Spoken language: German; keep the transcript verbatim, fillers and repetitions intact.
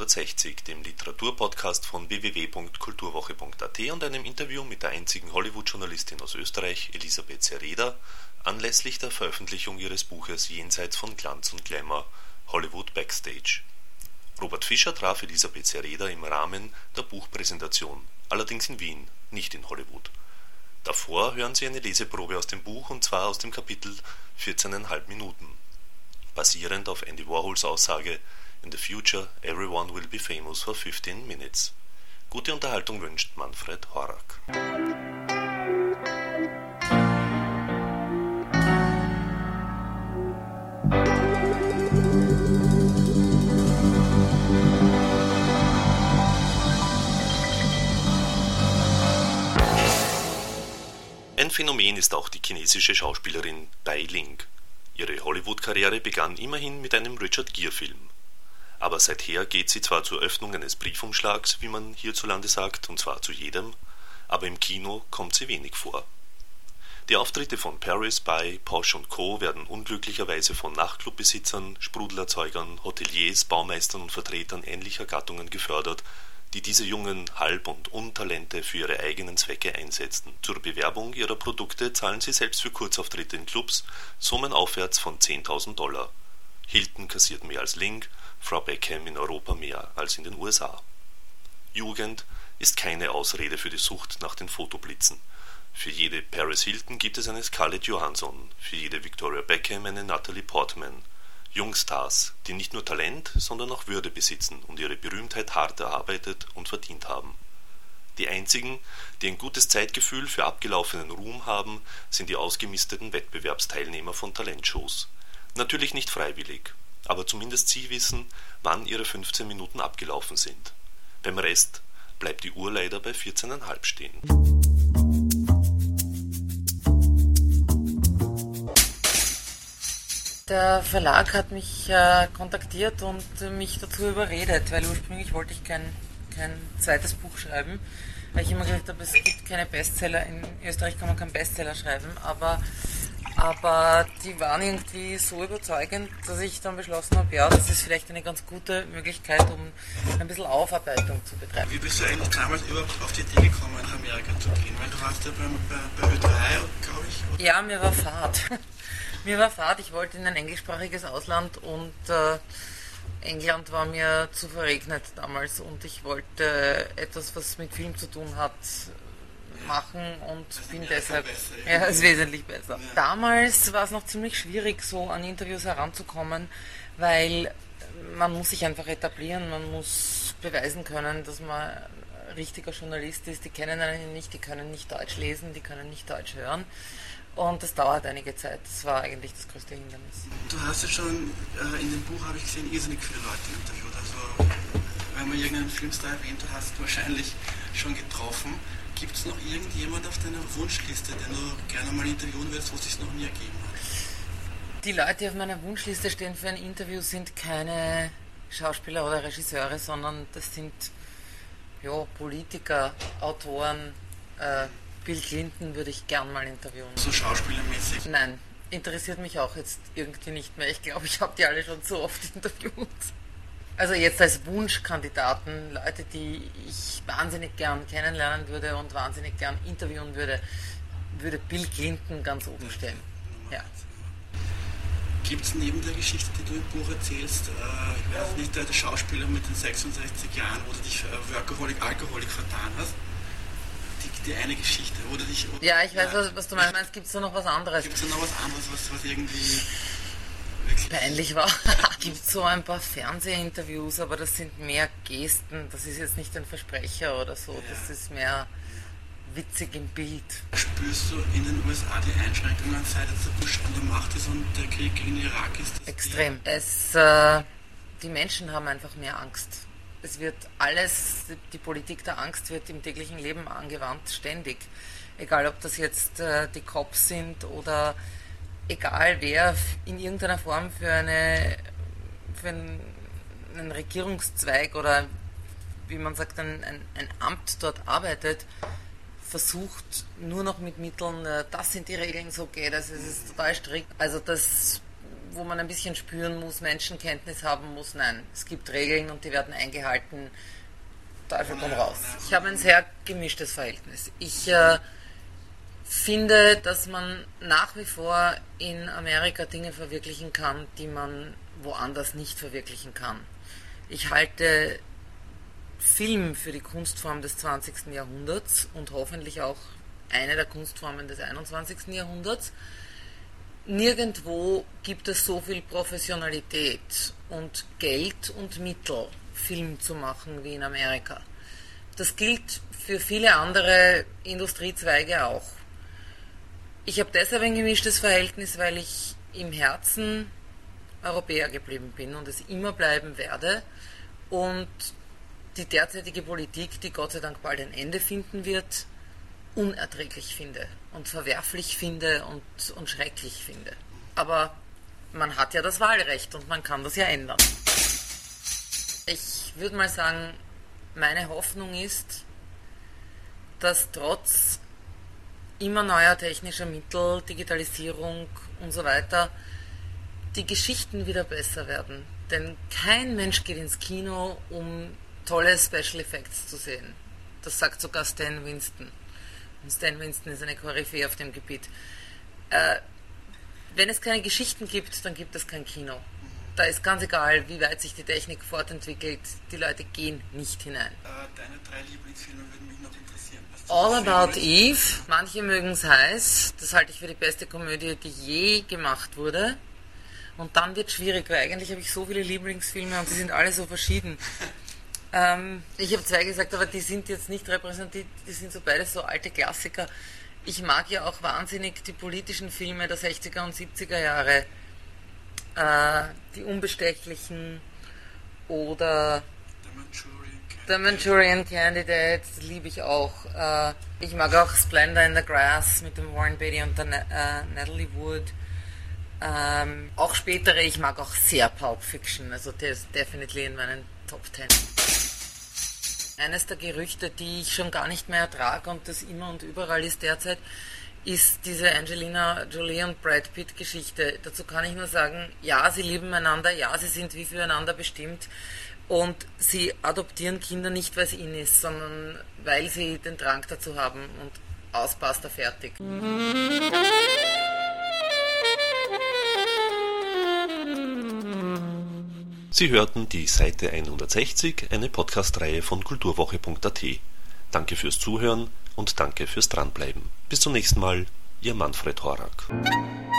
hundertsechzig, dem Literaturpodcast von w w w punkt kulturwoche punkt a t und einem Interview mit der einzigen Hollywood-Journalistin aus Österreich, Elisabeth Sereda, anlässlich der Veröffentlichung ihres Buches Jenseits von Glanz und Glamour, Hollywood Backstage. Robert Fischer traf Elisabeth Sereda im Rahmen der Buchpräsentation, allerdings in Wien, nicht in Hollywood. Davor hören Sie eine Leseprobe aus dem Buch, und zwar aus dem Kapitel vierzehn Komma fünf Minuten, basierend auf Andy Warhols Aussage "In the future, everyone will be famous for fifteen minutes". Gute Unterhaltung wünscht Manfred Horak. Ein Phänomen ist auch die chinesische Schauspielerin Bai Ling. Ihre Hollywood-Karriere begann immerhin mit einem Richard Gere-Film. Aber seither geht sie zwar zur Öffnung eines Briefumschlags, wie man hierzulande sagt, und zwar zu jedem, aber im Kino kommt sie wenig vor. Die Auftritte von Paris, Bai, Posh und Co. werden unglücklicherweise von Nachtclubbesitzern, Sprudelerzeugern, Hoteliers, Baumeistern und Vertretern ähnlicher Gattungen gefördert, die diese jungen Halb- und Untalente für ihre eigenen Zwecke einsetzten. Zur Bewerbung ihrer Produkte zahlen sie selbst für Kurzauftritte in Clubs Summen aufwärts von zehntausend Dollar. Hilton kassiert mehr als Ling, Frau Beckham in Europa mehr als in den U S A. Jugend ist keine Ausrede für die Sucht nach den Fotoblitzen. Für jede Paris Hilton gibt es eine Scarlett Johansson, für jede Victoria Beckham eine Natalie Portman. Jungstars, die nicht nur Talent, sondern auch Würde besitzen und ihre Berühmtheit hart erarbeitet und verdient haben. Die einzigen, die ein gutes Zeitgefühl für abgelaufenen Ruhm haben, sind die ausgemisteten Wettbewerbsteilnehmer von Talentshows. Natürlich nicht freiwillig, aber zumindest sie wissen, wann ihre fünfzehn Minuten abgelaufen sind. Beim Rest bleibt die Uhr leider bei vierzehn Komma fünf stehen. Der Verlag hat mich äh, kontaktiert und äh, mich dazu überredet, weil ursprünglich wollte ich kein, kein zweites Buch schreiben, weil ich immer gesagt habe, es gibt keine Bestseller, in Österreich kann man keinen Bestseller schreiben, aber, aber die waren irgendwie so überzeugend, dass ich dann beschlossen habe, ja, das ist vielleicht eine ganz gute Möglichkeit, um ein bisschen Aufarbeitung zu betreiben. Wie bist du eigentlich damals überhaupt auf die Idee gekommen, nach Amerika zu gehen? Weil du warst ja bei, bei, bei Ö drei, glaube ich. Oder? Ja, mir war Fahrt. Mir war Fahrt, ich wollte in ein englischsprachiges Ausland und äh, England war mir zu verregnet damals und ich wollte etwas, was mit Film zu tun hat, machen und das bin ist deshalb... Besser, ja, ist wesentlich besser. Ja. Damals war es noch ziemlich schwierig, so an Interviews heranzukommen, weil man muss sich einfach etablieren, man muss beweisen können, dass man ein richtiger Journalist ist. Die kennen einen nicht, die können nicht Deutsch lesen, die können nicht Deutsch hören. Und das dauert einige Zeit. Das war eigentlich das größte Hindernis. Du hast ja schon, äh, in dem Buch habe ich gesehen, irrsinnig viele Leute interviewt. Also, wenn man irgendeinen Filmstar erwähnt, du hast wahrscheinlich schon getroffen. Gibt es noch irgendjemand auf deiner Wunschliste, den du gerne mal interviewen willst, wo es sich noch nie ergeben hat? Die Leute, die auf meiner Wunschliste stehen für ein Interview, sind keine Schauspieler oder Regisseure, sondern das sind ja, Politiker, Autoren, äh, Bill Clinton würde ich gern mal interviewen. So schauspielermäßig? Nein, interessiert mich auch jetzt irgendwie nicht mehr. Ich glaube, ich habe die alle schon so oft interviewt. Also jetzt als Wunschkandidaten, Leute, die ich wahnsinnig gern kennenlernen würde und wahnsinnig gern interviewen würde, würde Bill Clinton ganz oben stehen. Ja. Gibt es neben der Geschichte, die du im Buch erzählst, äh, ich weiß nicht, der Schauspieler mit den sechsundsechzig Jahren, wo du dich äh, Workaholic, Alkoholik vertan hast, Die, die eine Geschichte, oder dich... Oder, ja, ich weiß, ja, was, was du meinst. Gibt es da noch was anderes? Gibt es da noch was anderes, was, was irgendwie wirklich peinlich war? Es gibt so ein paar Fernsehinterviews, aber das sind mehr Gesten. Das ist jetzt nicht ein Versprecher oder so. Ja. Das ist mehr witzig im Bild. Spürst du in den U S A die Einschränkungen, seit jetzt der Bush an der Macht ist und der Krieg gegen den Irak ist? Extrem. Es, äh, die Menschen haben einfach mehr Angst. Es wird alles, die Politik der Angst wird im täglichen Leben angewandt, ständig. Egal, ob das jetzt äh, die Cops sind oder egal, wer in irgendeiner Form für, eine, für einen, einen Regierungszweig oder, wie man sagt, ein, ein, ein Amt dort arbeitet, versucht nur noch mit Mitteln, äh, das sind die Regeln, so geht das, es ist total strikt. Also das wo man ein bisschen spüren muss, Menschenkenntnis haben muss. Nein, es gibt Regeln und die werden eingehalten. Teufel komm raus. Ich habe ein sehr gemischtes Verhältnis. Ich äh, finde, dass man nach wie vor in Amerika Dinge verwirklichen kann, die man woanders nicht verwirklichen kann. Ich halte Film für die Kunstform des zwanzigsten Jahrhunderts und hoffentlich auch eine der Kunstformen des einundzwanzigsten Jahrhunderts. Nirgendwo gibt es so viel Professionalität und Geld und Mittel, Film zu machen wie in Amerika. Das gilt für viele andere Industriezweige auch. Ich habe deshalb ein gemischtes Verhältnis, weil ich im Herzen Europäer geblieben bin und es immer bleiben werde und die derzeitige Politik, die Gott sei Dank bald ein Ende finden wird, unerträglich finde und verwerflich finde und, und schrecklich finde. Aber man hat ja das Wahlrecht und man kann das ja ändern. Ich würde mal sagen, meine Hoffnung ist, dass trotz immer neuer technischer Mittel, Digitalisierung und so weiter, die Geschichten wieder besser werden. Denn kein Mensch geht ins Kino, um tolle Special Effects zu sehen. Das sagt sogar Stan Winston. Und Stan Winston ist eine Koryphäe auf dem Gebiet. Äh, wenn es keine Geschichten gibt, dann gibt es kein Kino. Da ist ganz egal, wie weit sich die Technik fortentwickelt, die Leute gehen nicht hinein. Äh, deine drei Lieblingsfilme würden mich noch interessieren. All About Eve, manche mögen es heiß, das halte ich für die beste Komödie, die je gemacht wurde. Und dann wird es schwierig, weil eigentlich habe ich so viele Lieblingsfilme und die sind alle so verschieden. ähm, ich habe zwei gesagt, aber die sind jetzt nicht repräsentativ, die sind so beides so alte Klassiker. Ich mag ja auch wahnsinnig die politischen Filme der sechziger und siebziger Jahre. Äh, die Unbestechlichen oder The Manchurian Candidate, das liebe ich auch. Äh, ich mag auch Splendor in the Grass mit dem Warren Beatty und der Na- äh, Natalie Wood. Ähm, auch spätere, ich mag auch sehr Pulp Fiction, also der ist definitely in meinen Top Ten. Eines der Gerüchte, die ich schon gar nicht mehr ertrage und das immer und überall ist derzeit, ist diese Angelina Jolie und Brad Pitt Geschichte. Dazu kann ich nur sagen, ja, sie lieben einander, ja, sie sind wie füreinander bestimmt und sie adoptieren Kinder nicht, weil es ihnen ist, sondern weil sie den Drang dazu haben und aus, basta, fertig. Sie hörten die Seite hundertsechzig, eine Podcast-Reihe von kulturwoche punkt at. Danke fürs Zuhören und danke fürs Dranbleiben. Bis zum nächsten Mal, Ihr Manfred Horak.